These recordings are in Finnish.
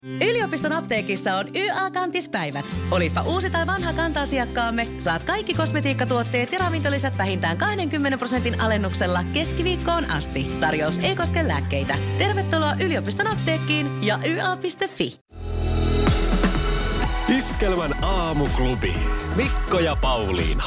Yliopiston apteekissa on YA-kantispäivät. Olipa uusi tai vanha kanta-asiakkaamme, saat kaikki kosmetiikkatuotteet ja ravintolisät vähintään 20% alennuksella keskiviikkoon asti. Tarjous ei koske lääkkeitä. Tervetuloa yliopiston apteekkiin ja YA.fi. Iskelmän aamuklubi. Mikko ja Pauliina.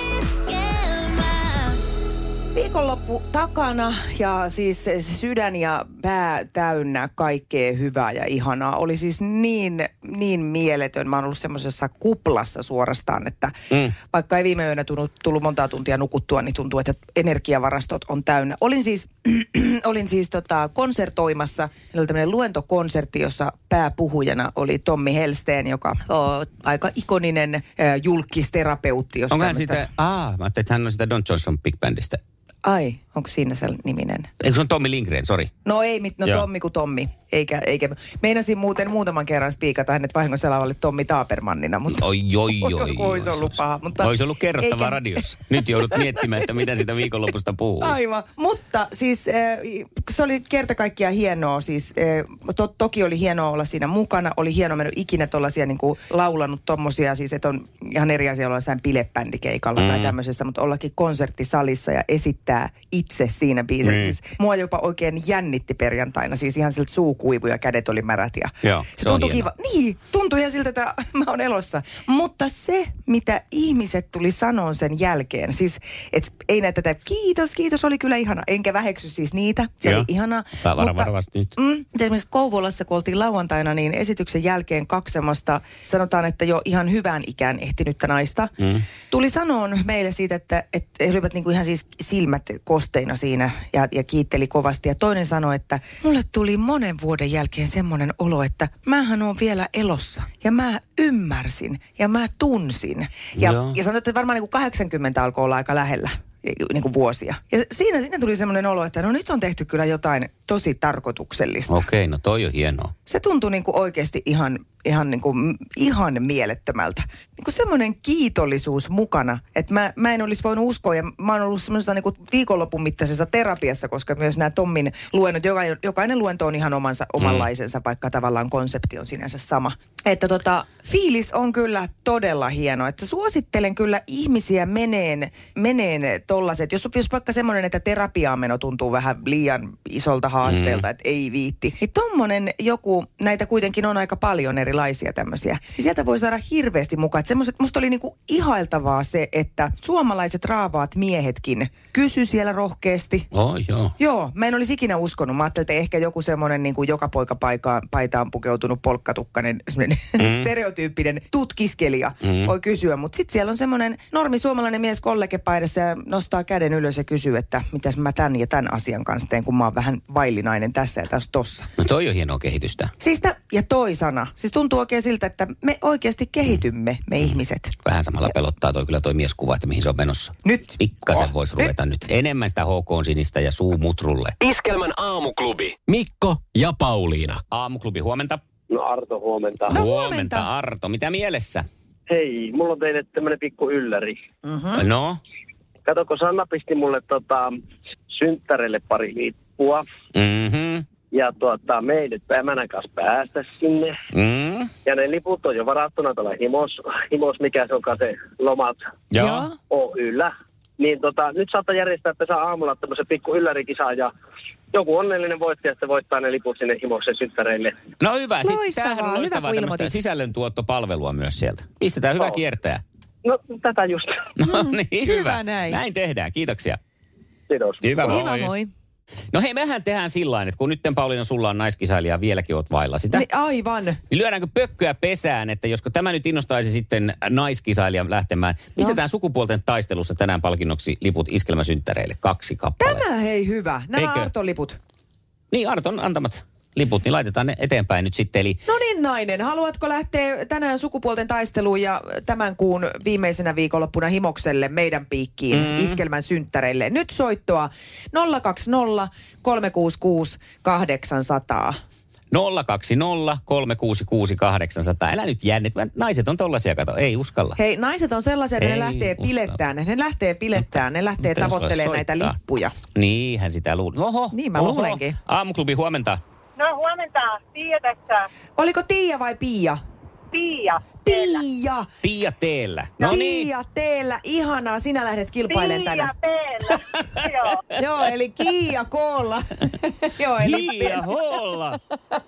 Viikonloppu takana ja siis sydän ja pää täynnä kaikkea hyvää ja ihanaa. Oli siis niin mieletön. Mä oon ollut semmoisessa kuplassa suorastaan, että vaikka ei viime yönä tullut montaa tuntia nukuttua, niin tuntuu, että energiavarastot on täynnä. Olin siis konsertoimassa. Meillä oli tämmöinen luentokonsertti, jossa pääpuhujana oli Tommi Helsten, joka on aika ikoninen julkisterapeutti. Onko hän sitä, mä ajattelin, että hän on sitä Don Johnson Big Bandista. Ai, onko siinä se niminen? Eikö se on Tommi Lindgren, sori. No ei, Tommi kuin Tommi. Eikä. Meinasin muuten muutaman kerran spiikata hänet vahingossa lavalle Tommi Taapermannina, mutta... Oi. Olisi ollut paha, mutta... Olisi ollut kerrottavaa radiossa. Nyt joudut miettimään, että mitä sitä viikonlopusta puhuu. Aivan. Mutta siis se oli kerta kaikkiaan hienoa. Siis toki oli hienoa olla siinä mukana. Oli hienoa, mä en ole ikinä tollaisia niin kuin laulanut tommosia, siis että on ihan eri asia olla jossain bilebändikeikalla tai tämmöisessä, mutta ollakin konserttisalissa ja esittää itse siinä biisissä. Siis mua jopa oikein jännitti perjantaina, siis ihan siltä kuivu ja kädet oli märät ja joo, se tuntui kiva. Niin, tuntui ihan siltä, että mä oon elossa. Mutta se, mitä ihmiset tuli sanoa sen jälkeen, siis et ei näitä tätä kiitos, oli kyllä ihana. Enkä väheksy siis niitä, se oli ihanaa. Varovasti nyt. Esimerkiksi Kouvolassa, kun oltiin lauantaina, niin esityksen jälkeen kaksi semmoista, sanotaan, että jo ihan hyvään ikään ehtinyttä naista, tuli sanoa meille siitä, että he olivat niinku ihan siis silmät kosteina siinä ja kiitteli kovasti. Ja toinen sanoi, että mulle tuli monen vuoden jälkeen semmoinen olo, että mähän on vielä elossa. Ja mä ymmärsin ja mä tunsin. Ja sanoin, että varmaan niin kuin 80 alkoi olla aika lähellä niin kuin vuosia. Ja siinä tuli semmoinen olo, että no nyt on tehty kyllä jotain tosi tarkoituksellista. Okei, no toi on hienoa. Se tuntui niin kuin oikeasti ihan mielettömältä. Niin kuin semmoinen kiitollisuus mukana, että mä en olisi voinut uskoa, ja mä oon ollut semmoisessa niin kuin viikonlopun mittaisessa terapiassa, koska myös nämä Tommin luennot, jokainen luento on ihan omanlaisensa, vaikka tavallaan konsepti on sinänsä sama. Että fiilis on kyllä todella hieno, että suosittelen kyllä ihmisiä meneen tollaiset, jos vaikka semmoinen, että terapiaan meno tuntuu vähän liian isolta haasteelta, että ei viitti. Niin tommonen joku, näitä kuitenkin on aika paljon erilaisia tämmöisiä. Ja sieltä voi saada hirveästi mukaan. Että semmoiset, musta oli niinku ihailtavaa se, että suomalaiset raavaat miehetkin kysy siellä rohkeasti. Joo. Joo, mä en olisi ikinä uskonut. Mä ajattelin, että ehkä joku semmoinen niinku joka poika paitaan pukeutunut polkkatukkainen stereotyyppinen tutkiskelija voi kysyä. Mutta sitten siellä on semmoinen normi suomalainen mies kollegepaidassa ja nostaa käden ylös ja kysyy, että mitäs mä tän ja tän asian kanssa teen, kun mä oon vähän vaillinainen tässä ja tässä tossa. No toi on hienoa kehitystä. Siis ja toi sana. Siis tuntuu oikein siltä, että me oikeasti kehitymme, me ihmiset. Vähän samalla pelottaa toi mieskuva, että mihin se on menossa. Nyt. Pikkasen voisi ruveta nyt. Enemmän sitä HK-sinistä ja suu mutrulle. Iskelmän aamuklubi. Mikko ja Pauliina. Aamuklubi, huomenta. No Arto, huomenta. No, Huomenta Arto. Mitä mielessä? Hei, mulla on teille tämmönen pikku ylläri. No? Kato, kun Sanna pisti mulle synttärille pari lippua. Ja me ei nyt emännän kanssa päästä sinne. Ja ne liput on jo varattuna tuolla himos, mikä se onkaan se Lomat Oy:llä. Niin nyt saattaa järjestää, että saa aamulla tämmöisen pikku yllärikisan ja joku onnellinen voittaja, että voittaa ne liput sinne himoksen synttäreille. No hyvä. Loistavaa, on loistavaa tämmöistä sisällöntuottopalvelua myös sieltä. Pistetään hyvä kiertää. No tätä just. No niin, hyvä. Näin. Näin tehdään. Kiitoksia. Kiitos. Hyvä, moi. No hei, mehän tehdään sillain, että kun nytten Pauliina sulla on naiskisailija vieläkin oot vailla sitä. Niin, aivan. Niin lyödäänkö pökköä pesään, että josko tämä nyt innostaisi sitten naiskisailijan lähtemään. Pistetään sukupuolten taistelussa tänään palkinnoksi liput iskelmäsynttäreille 2 kappaletta. Tämä hei hyvä. Nämä Arton liput. Niin, Arton antamat liput, niin laitetaan ne eteenpäin nyt sitten. Eli... No niin, nainen. Haluatko lähteä tänään sukupuolten taisteluun ja tämän kuun viimeisenä viikonloppuna himokselle meidän piikkiin iskelmän synttäreille? Nyt soittoa 020 366 800. 020 366 800. Älä nyt jännit. Naiset on tollaisia, kato. Ei uskalla. Hei, naiset on sellaisia, että ne lähtee pilettään. Ne lähtee tavoittelemaan näitä lippuja. Niinhän sitä luulen. Oho. Niin mä luulenkin. Aamuklubi, huomenta. No huomenta, Tiia tässä. Oliko Tiia vai Pia? Tiia. Tiia! Tiia teellä. No niin. Tiia teellä. Ihanaa, sinä lähdet kilpailemaan tänään. Tiia teellä. Joo. Joo, eli Kiia koolla. Joo, eli Hiia holla.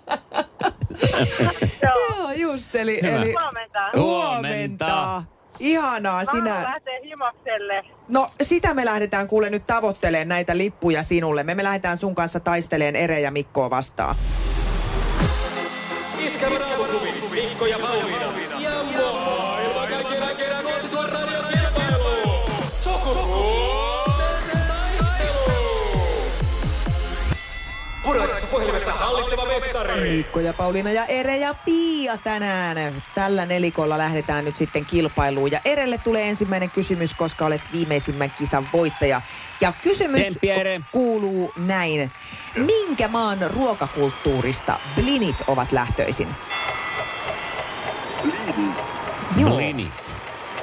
Joo, just, eli huomenta. Ihanaa, sinä. Lähtee Himakselle. No, sitä me lähdetään kuule nyt tavoittelemaan näitä lippuja sinulle. Me lähdetään sun kanssa taisteleen Ere ja Mikkoa vastaan. Iskelmän aamuklubi, Mikko ja Pauliina. Ja maailman kaikkien aikeen suosituen radiokilpailu. Sukupuolten taistelu. Puraisessa puhelimessa hallitseva mestari. Mikko ja Pauliina ja Ere ja Pia tänään. Tällä nelikolla lähdetään nyt sitten kilpailuun. Ja Erelle tulee ensimmäinen kysymys, koska olet viimeisimmän kisan voittaja. Ja kysymys kuuluu näin. Minkä maan ruokakulttuurista blinit ovat lähtöisin? Blinit.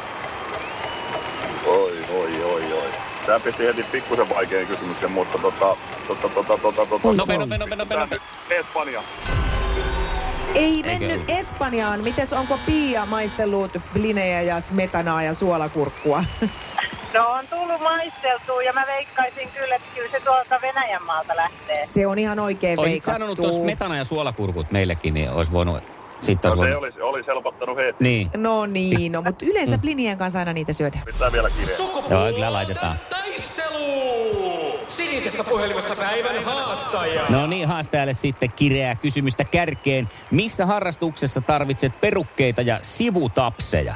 Oi. Tää piti heti pikkusen vaikean kysymyksen, mutta Nope. Espanja. Ei mennyt Espanjaan. Mites onko Pia maistellut blinejä ja smetanaa ja suolakurkkua? No on tullut maisteltua ja mä veikkaisin kyllä, että kyllä se tuolta Venäjän maalta lähtee. Se on ihan oikein Oisit veikattu. sanonut tuossa smetana ja suolakurkut meillekin, niin olisi voinut... Se olisi helpottanut heti. Niin. No niin, mutta yleensä blinien kanssa aina niitä syödään. Pitää vielä kireä. Joo, kyllä laitetaan. Taistelu! Sinisessä puhelimessa päivän haastaja. No niin, haastajalle sitten kireää kysymystä kärkeen. Missä harrastuksessa tarvitset perukkeita ja sivutapseja?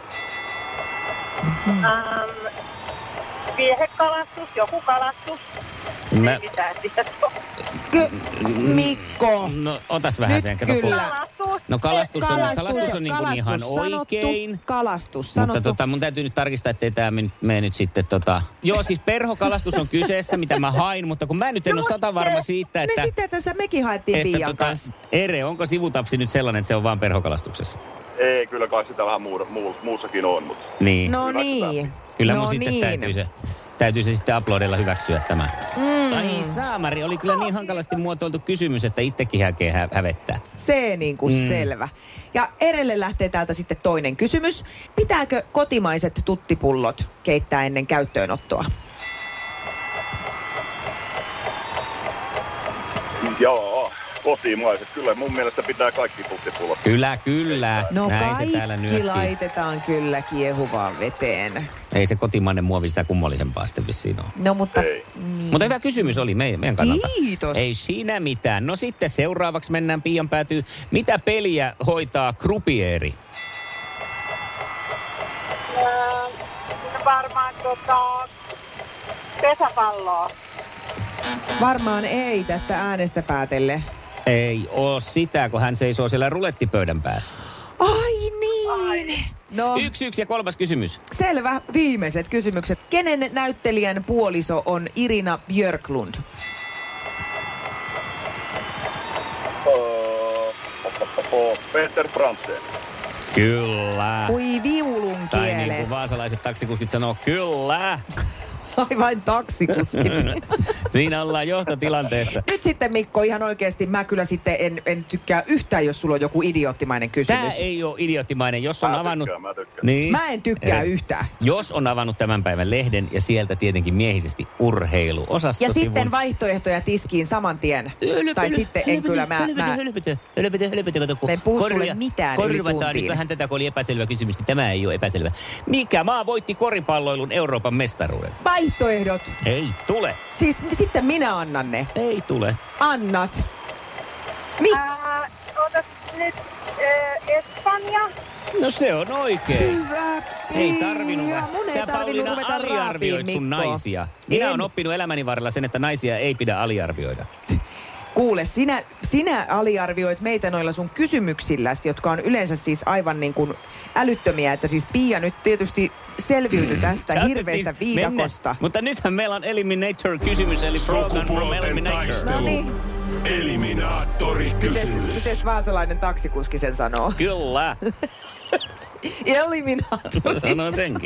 Viehekalastus, joku kalastus. Ei mitään tietoa. Mikko. No, otas vähän sen. Nyt kyllä. No kalastus on niin kuin ihan oikein. Kalastus sanottu. Mutta mun täytyy nyt tarkistaa, ettei tää mene nyt sitten Joo, siis perhokalastus on kyseessä, mitä mä hain, mutta kun mä nyt en ole satavarma siitä, että... Ne sitten tässä mekin haettiin Pian kanssa. Ere, onko sivutapsi nyt sellainen, että se on vaan perhokalastuksessa? Ei, kyllä kai sitä vähän muussakin on, mutta... Niin. No niin. Kyllä mun sitten täytyy se sitten uploadilla hyväksyä tämä. Ai saamari, oli kyllä niin hankalasti muotoiltu kysymys, että itsekin häkeä hävettää. Se niin kuin selvä. Ja Erelle lähtee täältä sitten toinen kysymys. Pitääkö kotimaiset tuttipullot keittää ennen käyttöönottoa? Joo, kotimaiset. Kyllä mun mielestä pitää kaikki tuttipullot. Kyllä. No näin se täällä kaikki nyökkii. laitetaan kyllä kiehuvaan veteen. Ei se kotimainen muovi sitä kummallisempaa sitten vissiin ole. No mutta... Ei. Niin. Mutta hyvä kysymys oli meidän kannalta. Kiitos. Ei siinä mitään. No sitten seuraavaksi mennään pian päätyy. Mitä peliä hoitaa croupieri? Varmaan pesäpalloa. Varmaan ei tästä äänestä päätelle. Ei oo sitä, kun hän seisoo siellä rulettipöydän päässä. Ai niin. No, 1-1 ja kolmas kysymys. selvä. Viimeiset kysymykset. Kenen näyttelijän puoliso on Irina Björklund? Peter Frantzen. Kyllä. Ui viulun Tai niin kielet. kuin vaasalaiset taksikuskit sanoo, kyllä. Ai vain taksikuskit. Siinä ollaan johtotilanteessa. Nyt sitten Mikko, ihan oikeasti mä kyllä sitten en tykkää yhtään, jos sulla on joku idioottimainen kysymys. Tämä ei ole idioottimainen, jos on Mä avannut... tykkään. Niin. Mä en tykkää yhtään. Jos on avannut tämän päivän lehden ja sieltä tietenkin miehisesti urheiluosasto. Ja sitten vaihtoehtoja tiskiin saman tien. Tai sitten en kyllä mä en puhu sulle mitään yli Korvataan nyt tuntiin. vähän tätä, kun oli epäselvä kysymys. Niin tämä ei ole epäselvä. Mikä maa voitti koripalloilun Euroopan mestaruuden? Vaihtoehdot. Ei tule. Siis sitten minä annan ne. Ei tule. Annat. Otas nyt Espanja. No se on oikein. Hyvä. Ei tarvinnut. Mun ei Sä tarvinnut Pauliina ruveta aliarvioit raapiin, sun Mikko. naisia. Minä En. olen oppinut elämäni varrella sen, että naisia ei pidä aliarvioida. Kuule, sinä aliarvioit meitä noilla sun kysymyksilläsi, jotka on yleensä siis aivan niin kuin älyttömiä. Että siis Pia nyt tietysti selviytyi tästä hirveästä viidakosta. Mutta nythän meillä on Eliminator-kysymys, eli Broken from Eliminator. No niin. Eliminaattori-kysymys. Mites vaasalainen taksikuski sen sanoo? Kyllä. Eliminaattori. Sanoo senkin.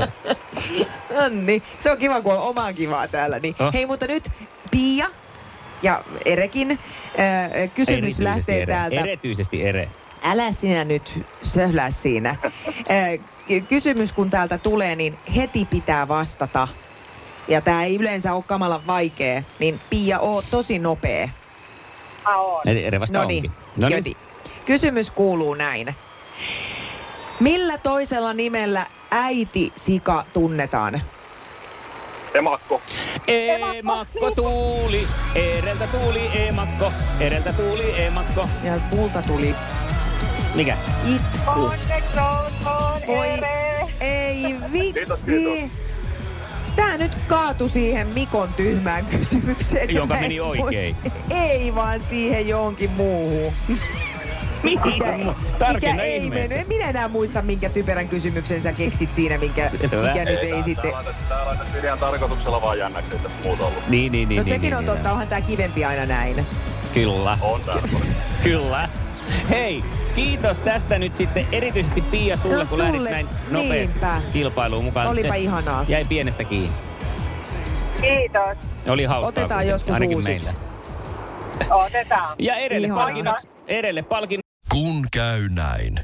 Nonni. Se on kiva, kun on omaa kivaa täällä. Niin. Oh. Hei, mutta nyt Pia, ja Erekin. Kysymys lähtee täältä. Erityisesti Ere. Älä sinä nyt söhlää siinä. Kysymys kun täältä tulee, niin heti pitää vastata. Ja tää ei yleensä ole kamalan vaikea, niin Pia, oo tosi nopea. Ere vasta onkin. Noniin. Kysymys kuuluu näin. Millä toisella nimellä äiti-sika tunnetaan? Emakko. Emakko tuuli, Ereltä tuuli emakko, Ereltä tuuli emakko. Ja multa tuli... Mikä? Itku. Onneksi olkoon, Voi, Ere. ei vitsi. Kiitos. Tää nyt kaatui siihen Mikon tyhmään kysymykseen. Joka meni oikein. Ei vaan siihen johonkin muuhun. Tarkenna ei ihmeessä. mennyt. En minä enää muista, minkä typerän kysymyksen sä keksit siinä, mikä nyt ei sitten... Tää laitettiin ihan tarkoituksella vaan jännäksi, että muuta ollut. Niin. No sekin on totta, onhan tää kivempi aina näin. Kyllä. On tää. Kyllä. Hei, kiitos tästä nyt sitten erityisesti Pia sulle, kun lähdit näin nopeasti kilpailuun mukaan. Olipa ihanaa. Jäi pienestä kiinni. Kiitos. Oli hauskaa. Otetaan joskus ainakin uusiksi. Meillä. Otetaan. Ja Erelle palkinnoksi. Kun käy näin.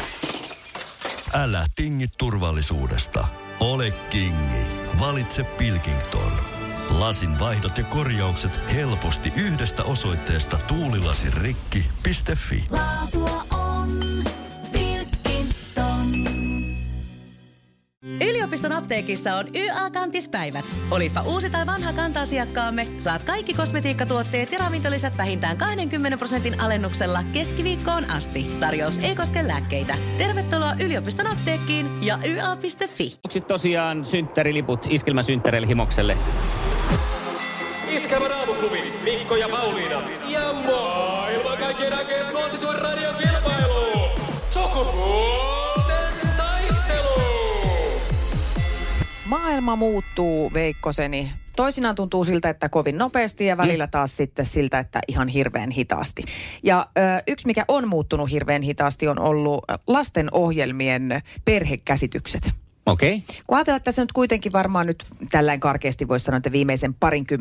Älä tingi turvallisuudesta. Ole kingi. Valitse Pilkington. Lasin vaihdot ja korjaukset helposti yhdestä osoitteesta tuulilasirikki.fi. Laatua on Pilkington. Yliopiston apteekissa on YA-kantispäivät. Olipa uusi tai vanha kanta-asiakkaamme, saat kaikki kosmetiikkatuotteet ja ravintolisät vähintään 20% alennuksella keskiviikkoon asti. Tarjous ei koske lääkkeitä. Tervetuloa yliopiston apteekkiin ja YA.fi. Tosiaan synttäriliput iskelmäsynttäreille Himokselle. Iskelmän aamuklubi, Mikko ja Pauliina. Ja maailman kaikkien aikeen suosituen radiokilpailu. Sukupuolten taistelu. Maailma muuttuu, Veikkoseni. Toisinaan tuntuu siltä, että kovin nopeasti ja välillä taas sitten siltä, että ihan hirveän hitaasti. Ja yksi, mikä on muuttunut hirveän hitaasti, on ollut lastenohjelmien perhekäsitykset. Okei. Okay. Kun ajatellaan, että tässä nyt kuitenkin varmaan nyt tällainen karkeasti voisi sanoa, että viimeisen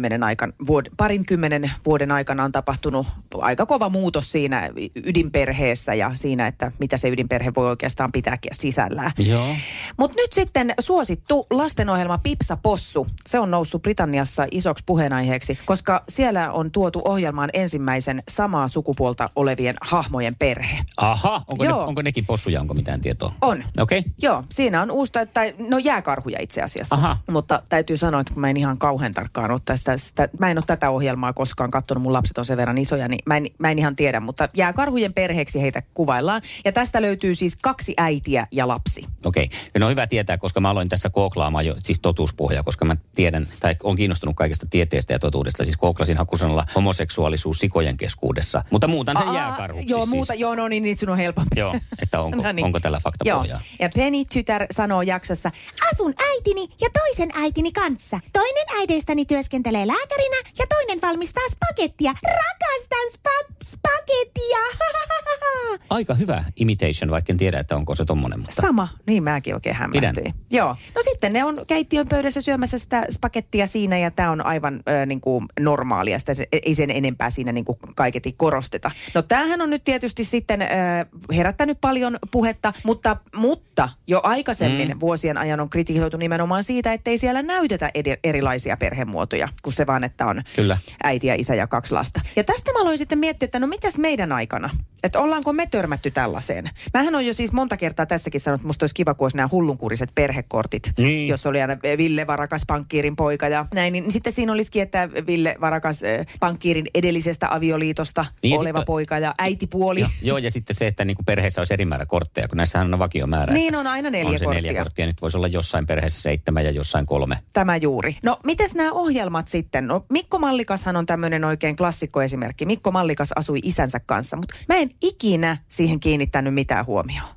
parinkymmenen vuoden aikana on tapahtunut aika kova muutos siinä ydinperheessä ja siinä, että mitä se ydinperhe voi oikeastaan pitääkin sisällään. Joo. Mutta nyt sitten suosittu lastenohjelma Pipsa Possu, se on noussut Britanniassa isoksi puheenaiheeksi, koska siellä on tuotu ohjelmaan ensimmäisen samaa sukupuolta olevien hahmojen perhe. Aha, onko nekin possuja, onko mitään tietoa? On. Okei. Okay. Joo, siinä on uusta, tai no jääkarhuja itse asiassa. Aha. Mutta täytyy sanoa, että kun mä en ihan kauhean tarkkaan ole mä en ole tätä ohjelmaa koskaan katsonut, mun lapset on sen verran isoja, niin mä en ihan tiedä, mutta jääkarhujen perheeksi heitä kuvaillaan. Ja tästä löytyy siis 2 äitiä ja lapsi. Okei. No on hyvä tietää, koska mä aloin tässä kooklaamaan jo siis totuuspohjaa, koska mä tiedän, tai on kiinnostunut kaikesta tieteestä ja totuudesta. Siis kooklasin hakusanalla homoseksuaalisuus sikojen keskuudessa, mutta muutan sen jääkarhuksi. Joo, siis. Joo, no niin sun on helpompi. Joo, että onko tällä faktapohjaa. Joo. Ja Penny-tytär sanoo jaksossa, asun äitini ja toisen äitini kanssa. Toinen äideistäni työskentelee lääkärinä ja toinen valmistaa spagettia. Rakastan spagettia. Aika hyvä imitation, vaikka en tiedä, että onko se tommonen. Mutta... Sama, niin mäkin oikein hämmästyin. Joo. No sitten ne on keittiön pöydässä syömässä sitä spagettia siinä ja tämä on aivan niin kuin normaalia. Sitä ei sen enempää siinä niin kuin kaiketi korosteta. No tämähän on nyt tietysti sitten herättänyt paljon puhetta, mutta jo aikaisemmin vuosien ajan on kritisoitu nimenomaan siitä, ettei siellä näytetä erilaisia perhemuotoja, kun se vaan, että on äiti ja isä ja 2 lasta. Ja tästä mä aloin sitten miettiä, että no mitäs meidän aikana? Että ollaanko me törmätty tällaiseen? Mähän on jo siis monta kertaa tässäkin sanonut, että musta olisi kiva, kun olisi nämä hullunkuriset perhekortit. Niin. Jos oli aina Ville Varakas pankkiirin poika ja näin, niin sitten siinä olisikin, että Ville Varakas pankkiirin edellisestä avioliitosta niin oleva poika ja äitipuoli. Joo, ja sitten se, että niin kuin perheessä olisi eri määrä kortteja, kun näissähän on vakiomäärä. Niin on aina 4 korttia. On se 4 korttia, nyt voisi olla jossain perheessä 7 ja jossain 3. Tämä juuri. No, mites nämä ohjelmat sitten? No, Mikko Mallikashan on tämmöinen oikein klassikkoesimerkki. Mikko Mallikas asui isänsä kanssa, mutta mä en ikinä siihen kiinnittänyt mitään huomioon.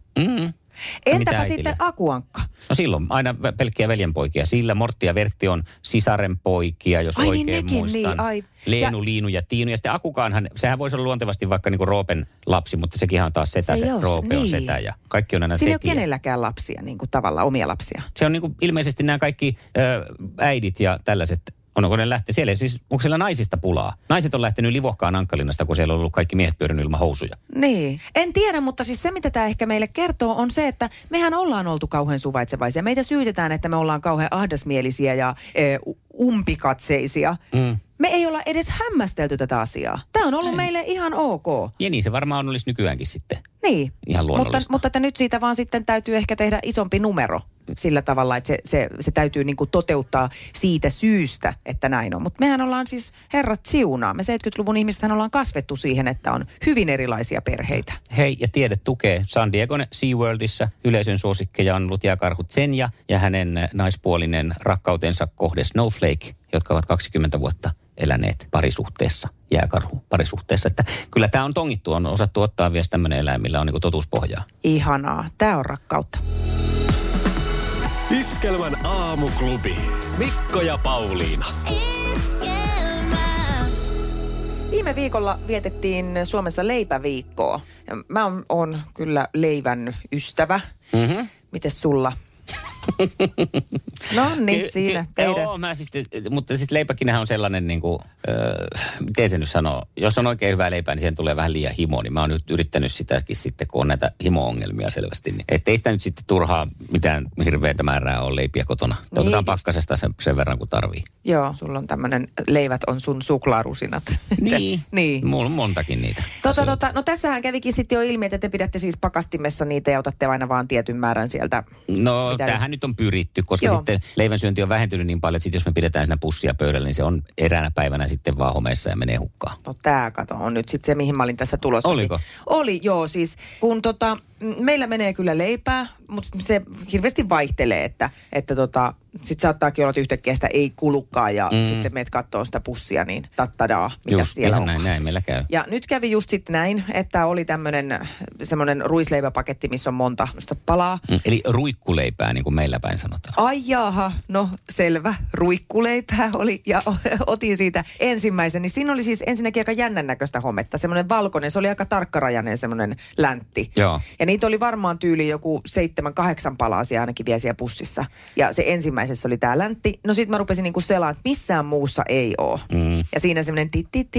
Entäpä sitten Akuankka? No silloin aina pelkkiä veljenpoikia. Sillä Mortti ja Vertti on sisarenpoikia, jos oikein muistan. Niin, Leenu, Liinu ja Tiinu. Ja sitten Akukaanhan, sehän voisi olla luontevasti vaikka niinku Roopen lapsi, mutta sekin on taas setä, se Roope on setä ja kaikki on aina setiä. Siinä ei ole kenelläkään lapsia, niin kuin tavallaan omia lapsia. Se on niin kuin ilmeisesti nämä kaikki äidit ja tällaiset Onko ne lähtee? Siellä siis, onko siellä naisista pulaa? Naiset on lähtenyt Livohkaan Ankkalinnasta, kun siellä on ollut kaikki miehet pyörinyt ilman housuja. Niin. En tiedä, mutta siis se, mitä tämä ehkä meille kertoo, on se, että mehän ollaan oltu kauhean suvaitsevaisia. Meitä syytetään, että me ollaan kauhean ahdasmielisiä ja umpikatseisia. Me ei olla edes hämmästelty tätä asiaa. Tämä on ollut meille ihan ok. Ja niin se varmaan olisi nykyäänkin sitten. Niin. Ihan luonnollista. Mutta että nyt siitä vaan sitten täytyy ehkä tehdä isompi numero sillä tavalla, että se täytyy niinku toteuttaa siitä syystä, että näin on. Mutta mehän ollaan siis herrat siunaa. Me 70-luvun ihmisethän ollaan kasvettu siihen, että on hyvin erilaisia perheitä. Hei, ja tiede tukee San Diegon SeaWorldissa yleisön suosikkeja on ollut jääkarhu Xenia ja hänen naispuolinen rakkautensa kohde Snowflake, jotka ovat 20 vuotta eläneet parisuhteessa, jääkarhu parisuhteessa. Että kyllä tämä on tongittu, on osattu ottaa vielä tämmöinen eläin, millä on niinku totuuspohjaa. Ihanaa, tämä on rakkautta. Iskelmän aamuklubi. Mikko ja Pauliina. Viime viikolla vietettiin Suomessa leipäviikkoa. Mä oon kyllä leivän ystävä. Mites sulla? No niin, siinä teidän. Joo, mutta siis leipäkinähän on sellainen niin kuin, miten se nyt sanoo, jos on oikein hyvää leipää, niin siihen tulee vähän liian himo, niin mä oon nyt yrittänyt sitäkin sitten, kun on näitä himo-ongelmia selvästi. Niin, ettei sitä nyt sitten turhaa mitään hirveätä määrää ole leipiä kotona. Niin, otetaan pakkasesta sen verran, kun tarvii. Joo, sulla on tämmöinen, leivät on sun suklaarusinat. Niin. Mulla on montakin niitä. No tässähän kävikin sitten jo ilmi, että te pidätte siis pakastimessa niitä ja otatte aina vaan tietyn määrän sieltä. No, tämähän nyt on pyritty, koska sitten leivänsyönti on vähentynyt niin paljon, että sit jos me pidetään siinä pussia pöydällä, niin se on eräänä päivänä sitten vaan homeessa ja menee hukkaan. No tää kato on nyt sitten se, mihin mä olin tässä tulossa. Oliko? Oli, joo, siis kun meillä menee kyllä leipää, mutta se hirveästi vaihtelee, että sitten saattaakin olla, että yhtäkkiä sitä ei kulukaan ja sitten meet kattoo sitä pussia, niin tattadaa, mitä just, siellä on. Näin meillä käy. Ja nyt kävi just sitten näin, että oli semmoinen ruisleipäpaketti, missä on monta palaa. Eli ruikkuleipää, niin kuin meillä päin sanotaan. Ai jaha, no selvä, ruikkuleipää oli ja otin siitä ensimmäisen. Niin siinä oli siis ensinnäkin aika jännän näköistä hometta, semmoinen valkoinen, se oli aika tarkkarajainen semmoinen läntti. Joo. Ja niitä oli varmaan tyyli joku 7-8 palasia ainakin vielä siellä pussissa. Ja se ensimmäisessä oli tää läntti. No sit mä rupesin niinku selaan, että missään muussa ei oo. Ja siinä semmoinen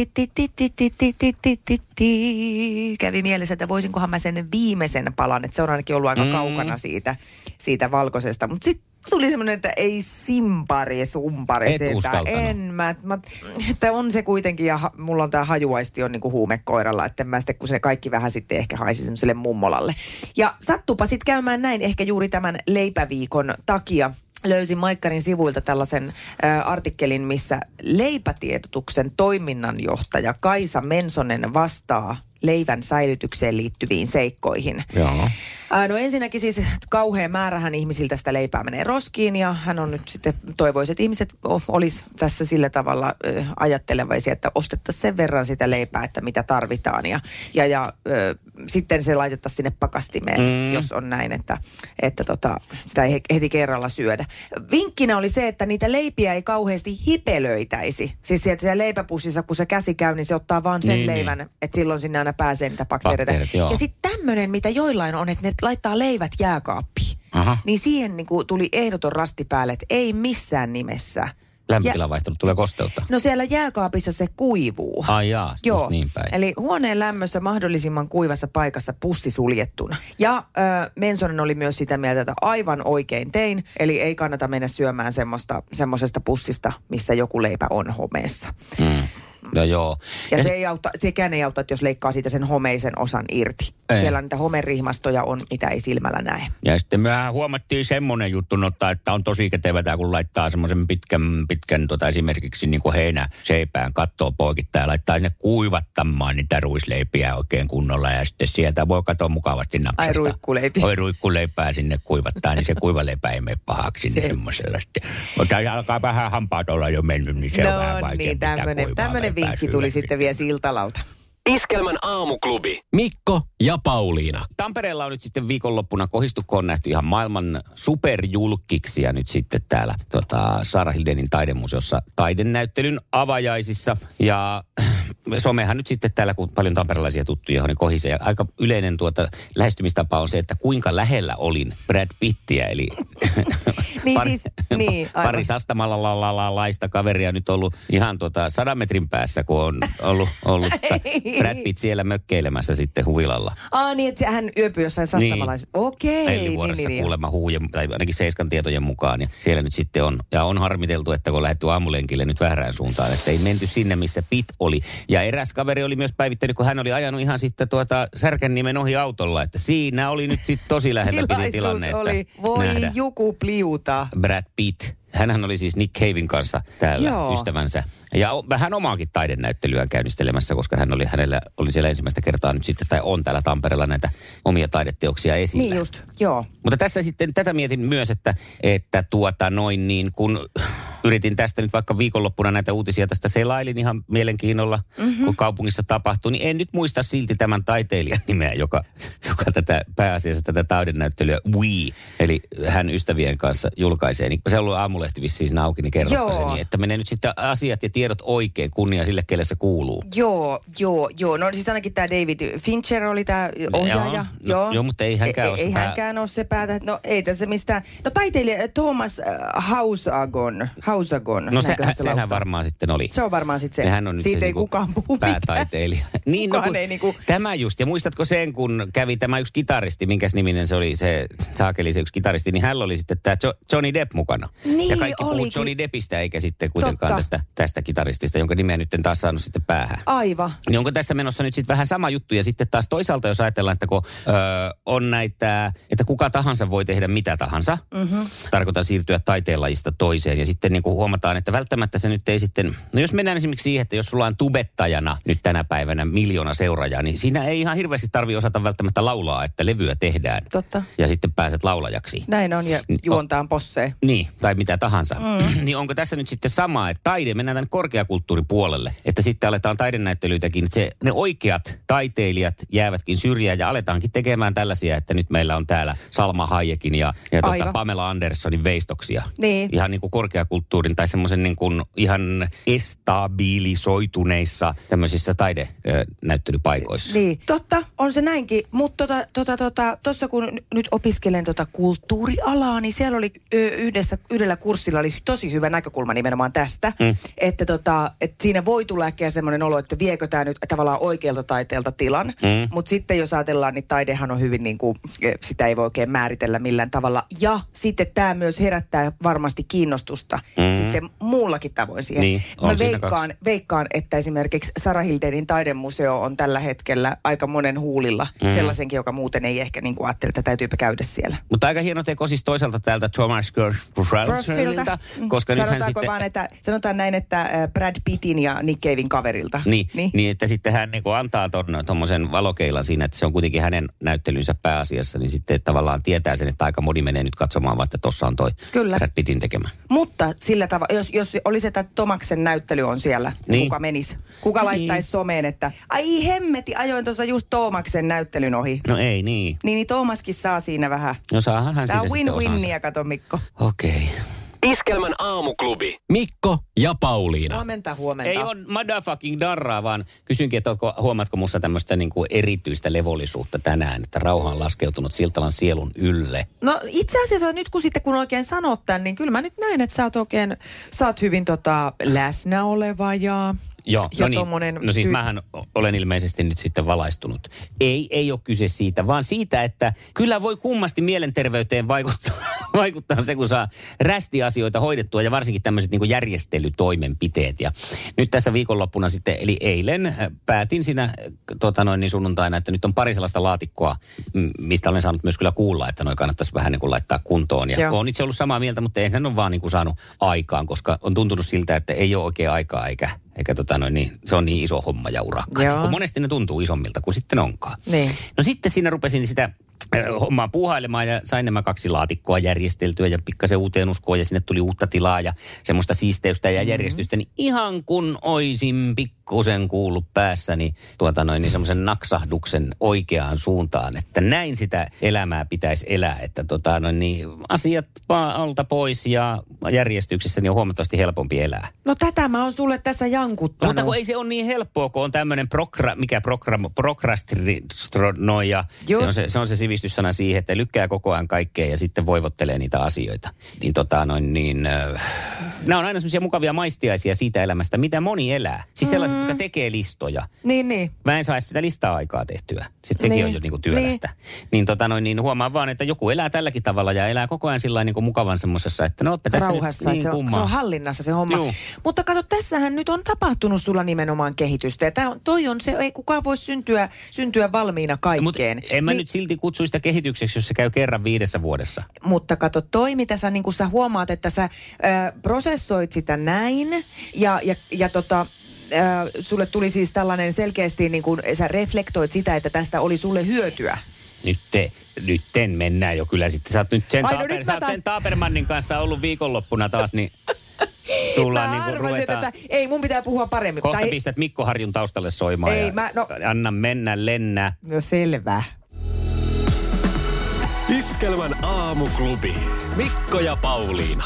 kävi mielessä, että voisinkohan mä sen viimeisen palan, että se on ainakin ollut aika kaukana siitä valkoisesta. Mutta sitten tuli semmoinen, että ei simpari, sumpari. Et uskaltanut. Että on se kuitenkin, ja mulla on tää hajuaisti on niinku huumekoiralla, että mä sitten, kun se kaikki vähän sitten ehkä haisi semmoiselle mummolalle. Ja sattupa sitten käymään näin ehkä juuri tämän leipäviikon takia. Löysin Maikkarin sivuilta tällaisen artikkelin, missä leipätiedotuksen toiminnanjohtaja Kaisa Mensonen vastaa leivän säilytykseen liittyviin seikkoihin. Joo. No ensinnäkin siis kauhean määrähän ihmisiltä sitä leipää menee roskiin ja hän on nyt sitten toivoisi, että ihmiset olisi tässä sillä tavalla ajattelevaisia, että ostettaisiin sen verran sitä leipää, että mitä tarvitaan ja sitten se laitettaisiin sinne pakastimeen, jos on näin, että sitä ei heti kerralla syödä. Vinkkinä oli se, että niitä leipiä ei kauheasti hipelöitäisi. Siis sieltä siellä leipäpussissa, kun se käsi käy, niin se ottaa vaan sen leivän, että silloin sinne aina pääsee niitä bakteereita. Ja sitten tämmöinen, mitä joillain on, että ne laittaa leivät jääkaappiin. Niin siihen niin kuin tuli ehdoton rasti päälle, että ei missään nimessä. Lämpötilavaihtelu tulee kosteutta. No siellä jääkaapissa se kuivuu. Ai jaa, just niin päin. Eli huoneen lämmössä mahdollisimman kuivassa paikassa pussi suljettuna. Ja Mensonen oli myös sitä mieltä, että aivan oikein tein. Eli ei kannata mennä syömään semmoisesta pussista, missä joku leipä on homeessa. No joo. Ja sekään ei auta, että jos leikkaa siitä sen homeisen osan irti. Ei. Siellä niitä homerihmastoja on, mitä ei silmällä näe. Ja sitten mehän huomattiin semmoinen juttu, että on tosi kätevätä, kun laittaa semmoisen pitkän esimerkiksi niin kuin heinäseipään kattoo poikittaa ja laittaa sinne kuivattamaan niitä ruisleipiä oikein kunnolla. Ja sitten sieltä voi katsoa mukavasti napsasta. Ai ruikkuleipiä. Oi ruikkuleipää sinne kuivattaa, niin se kuivaleipä ei mene pahaksi niin semmoisella sitten. Mutta alkaa vähän hampaat olla jo mennyt, niin se on vähän vaikea pitää kuivaa. Tämmöinen vinkki tuli sitten vielä Siltalalta. Iskelmän aamuklubi. Mikko ja Pauliina. Tampereella on nyt sitten viikonloppuna kohistukkoon nähty ihan maailman superjulkkiksia nyt sitten täällä Saara Hildénin taidemuseossa taidenäyttelyn avajaisissa. Ja somehan nyt sitten täällä, kun paljon tamperelaisia tuttuja, johon ne kohisee. Ja aika yleinen lähestymistapa on se, että kuinka lähellä olin Brad Pittiä, eli pari sastamalalaista kaveria nyt ollut ihan 100 metrin päässä, kun on ollut Brad Pitt siellä mökkeilemässä sitten huvilalla. Niin, että hän yöpyi jossain sastamalaisessa. Okei. Ellivuoressa kuulemma huhujen, tai ainakin Seiskan tietojen mukaan. Ja siellä nyt sitten on harmiteltu, että kun on lähdetty aamulenkille nyt väärään suuntaan, että ei menty sinne, missä Pitt oli. Ja eräs kaveri oli myös päivittänyt, kun hän oli ajanut ihan sitten Särkänniemen ohi autolla, että siinä oli nyt sitten tosi lähellä piti tilanne. Oli. Voi joku pliuta. Brad Pitt. Hänhän oli siis Nick Caven kanssa täällä ystävänsä. Ja vähän omaakin taidennäyttelyään käynnistelemässä, koska hänellä oli siellä ensimmäistä kertaa nyt sitten, tai on täällä Tampereella näitä omia taideteoksia esillä. Niin just, joo. Mutta tässä sitten tätä mietin myös, että kun yritin tästä nyt vaikka viikonloppuna näitä uutisia tästä selailin ihan mielenkiinnolla, kun kaupungissa tapahtui, niin en nyt muista silti tämän taiteilijan nimeä, joka pääasiassa tätä taidennäyttelyä eli hän ystävien kanssa julkaisee. Niin se on ollut aamulehti vissiin auki, niin kerropa se niin, että menee nyt sitten asiat ja tiedot oikein, kunnia sille, kelle se kuuluu. Joo. No siis ainakin tämä David Fincher oli tämä ohjaaja. Joo, mutta ei hänkään ole se Ei hänkään ole se päätä. No ei tässä mistään. No taiteilija Thomas Hausagon. No sehän varmaan sitten oli. Se on varmaan sitten se. Hän on nyt siitä se ei kukaan puhu päätaiteilija. Niin, tämä just. Ja muistatko sen, kun kävi tämä yksi kitaristi, minkäs niminen se oli, se saakeli se yksi kitaristi, niin hänellä oli sitten tämä Johnny Depp mukana. Niin, ja kaikki puhuu Johnny Deppistä, eikä sitten kuitenkaan tästä kitaristista, jonka nimeä nyt en taas saanut sitten päähän. Aivan. Niin onko tässä menossa nyt sitten vähän sama juttu? Ja sitten taas toisaalta, jos ajatellaan, että kun on näitä, että kuka tahansa voi tehdä mitä tahansa, tarkoitan siirtyä taiteenlajista toiseen, ja sitten niin kuin huomataan, että välttämättä se nyt ei sitten, no jos mennään esimerkiksi siihen, että jos sulla on tubettajana nyt tänä päivänä 1 miljoona seuraajaa, niin siinä ei ihan hirveästi tarvitse osata välttämättä laulaa, että levyä tehdään. Totta. Ja sitten pääset laulajaksi. Näin on, ja juontaan possee. Niin, tai mitä tahansa. Niin onko tässä nyt sitten sama, että taide, mennään tämän korkeakulttuuripuolelle, että sitten aletaan taidenäyttelyitäkin, että ne oikeat taiteilijat jäävätkin syrjään ja aletaankin tekemään tällaisia, että nyt meillä on täällä Salma Hayekin ja Pamela Andersonin veistoksia. Niin. Ihan niin kuin korkeakulttuurin tai semmoisen niin kuin ihan estabilisoituneissa tämmöisissä taidenäyttelypaikoissa. Niin, totta, on se näinkin, mutta tuossa kun nyt opiskelen kulttuurialaa, niin siellä oli yhdellä kurssilla oli tosi hyvä näkökulma nimenomaan tästä, että siinä voi tulla äkkiä semmoinen olo, että viekö tämä nyt tavallaan oikealta taiteelta tilan, mutta sitten jos ajatellaan, niin taidehan on hyvin niin kuin, sitä ei voi oikein määritellä millään tavalla, ja sitten tämä myös herättää varmasti kiinnostusta sitten muullakin tavoin siihen. Niin, mä veikkaan, että esimerkiksi Sarah Hildenin taidemuseo on tällä hetkellä aika monen huulilla, sellaisenkin, joka muuten ei ehkä niin kuin ajattele, että täytyypä käydä siellä. Mutta aika hieno teko siis toisaalta täältä Thomas Gershwinilta, koska nythän sitten... Vaan, että sanotaan näin, että Brad Pittin ja Nick Caven kaverilta. Niin, että sitten hän niin kuin antaa tuommoisen valokeilan siinä, että se on kuitenkin hänen näyttelynsä pääasiassa, niin sitten tavallaan tietää sen, että aika moni menee nyt katsomaan, vaan että tossa on toi Brad Pittin tekemä. Mutta sillä tavalla, jos olisi, että Tomaksen näyttely on siellä, niin kuka menisi? Kuka laittaisi someen, että ai hemmeti, ajoin tuossa just Tomaksen näyttelyn ohi. No ei niin. Niin Tomaskin saa siinä vähän. No saahan hän siitä sitten osansa. Tämä on win-winnia, kato Mikko. Okei. Iskelmän aamuklubi. Mikko ja Pauliina. Huomenta. Ei on motherfucking darraa, vaan kysynkin, että huomaatko musta tämmöistä niin kuin erityistä levollisuutta tänään, että rauha on laskeutunut Siltalan sielun ylle? No itse asiassa nyt kun oikein sanot tämän, niin kyllä mä nyt näen, että sä oot hyvin läsnä oleva ja... Joo, no siis mähän olen ilmeisesti nyt sitten valaistunut. Ei ole kyse siitä, vaan siitä, että kyllä voi kummasti mielenterveyteen vaikuttaa se, kun saa rästiasioita hoidettua ja varsinkin tämmöiset niin kuin järjestelytoimenpiteet. Ja nyt tässä viikonloppuna sitten, eli eilen päätin siinä sunnuntaina, että nyt on pari sellaista laatikkoa, mistä olen saanut myös kyllä kuulla, että noi kannattaisi vähän niin kuin laittaa kuntoon. Ja olen itse ollut samaa mieltä, mutta eihän ole vaan niin kuin saanut aikaan, koska on tuntunut siltä, että ei ole oikein aikaa eikä se on niin iso homma ja urakka. Niin monesti ne tuntuu isommilta kuin sitten onkaan. Niin. No sitten siinä rupesin sitä hommaan puuhailemaan ja sain nämä 2 laatikkoa järjesteltyä ja pikkasen uuteen uskoon ja sinne tuli uutta tilaa ja semmoista siisteystä ja järjestystä, niin ihan kun oisin pikkusen kuullut päässäni niin semmoisen naksahduksen oikeaan suuntaan, että näin sitä elämää pitäisi elää, että asiat alta pois ja järjestyksessä niin on huomattavasti helpompi elää. No tätä mä oon sulle tässä jankuttanut. Mutta kun ei se ole niin helppoa, kun on tämmöinen prokrastinoija. Se on se sivistyssana siihen, että lykkää koko ajan kaikkea ja sitten voivottelee niitä asioita. Nämä on aina semmoisia mukavia maistiaisia siitä elämästä, mitä moni elää. Siis sellaiset, jotka tekee listoja. Niin. Mä en saisi sitä listaa aikaa tehtyä. Sitten sekin on jo niinku työlästä. Niin huomaan vaan, että joku elää tälläkin tavalla ja elää koko ajan sillain niinku mukavan semmosessa, että no tässä rauhassa, nyt niin se on hallinnassa se homma. Juu. Mutta kato, tässähän nyt on tapahtunut sulla nimenomaan kehitystä. Ja toi on se, ei kukaan voi syntyä valmiina kaikkeen. Mutta en mä nyt silti kutsu sitä kehitykseksi, jos se käy kerran 5 vuodessa. Mutta kato, mitä sä, niin kun sä huomaat, että sä prosessoit sitä näin sulle tuli siis tällainen selkeästi, niin kun sä reflektoit sitä, että tästä oli sulle hyötyä. Nyt mennään jo kyllä sitten. Sä oot nyt sen Tabermannin kanssa ollut viikonloppuna taas, niin tullaan niin kuin ruvetaan. Ei, mun pitää puhua paremmin. Kohta pistät Mikko Harjun taustalle soimaan anna mennä, lennä. No selvä. Iskelmän aamuklubi. Mikko ja Pauliina.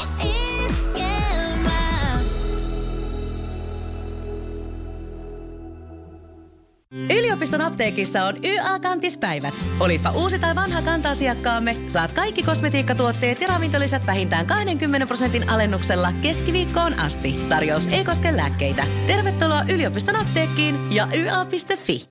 Yliopiston apteekissa on YA-kantispäivät. Olipa uusi tai vanha kanta-asiakkaamme, saat kaikki kosmetiikkatuotteet ja ravintolisät vähintään 20% alennuksella keskiviikkoon asti. Tarjous ei koske lääkkeitä. Tervetuloa yliopiston apteekkiin ja YA.fi.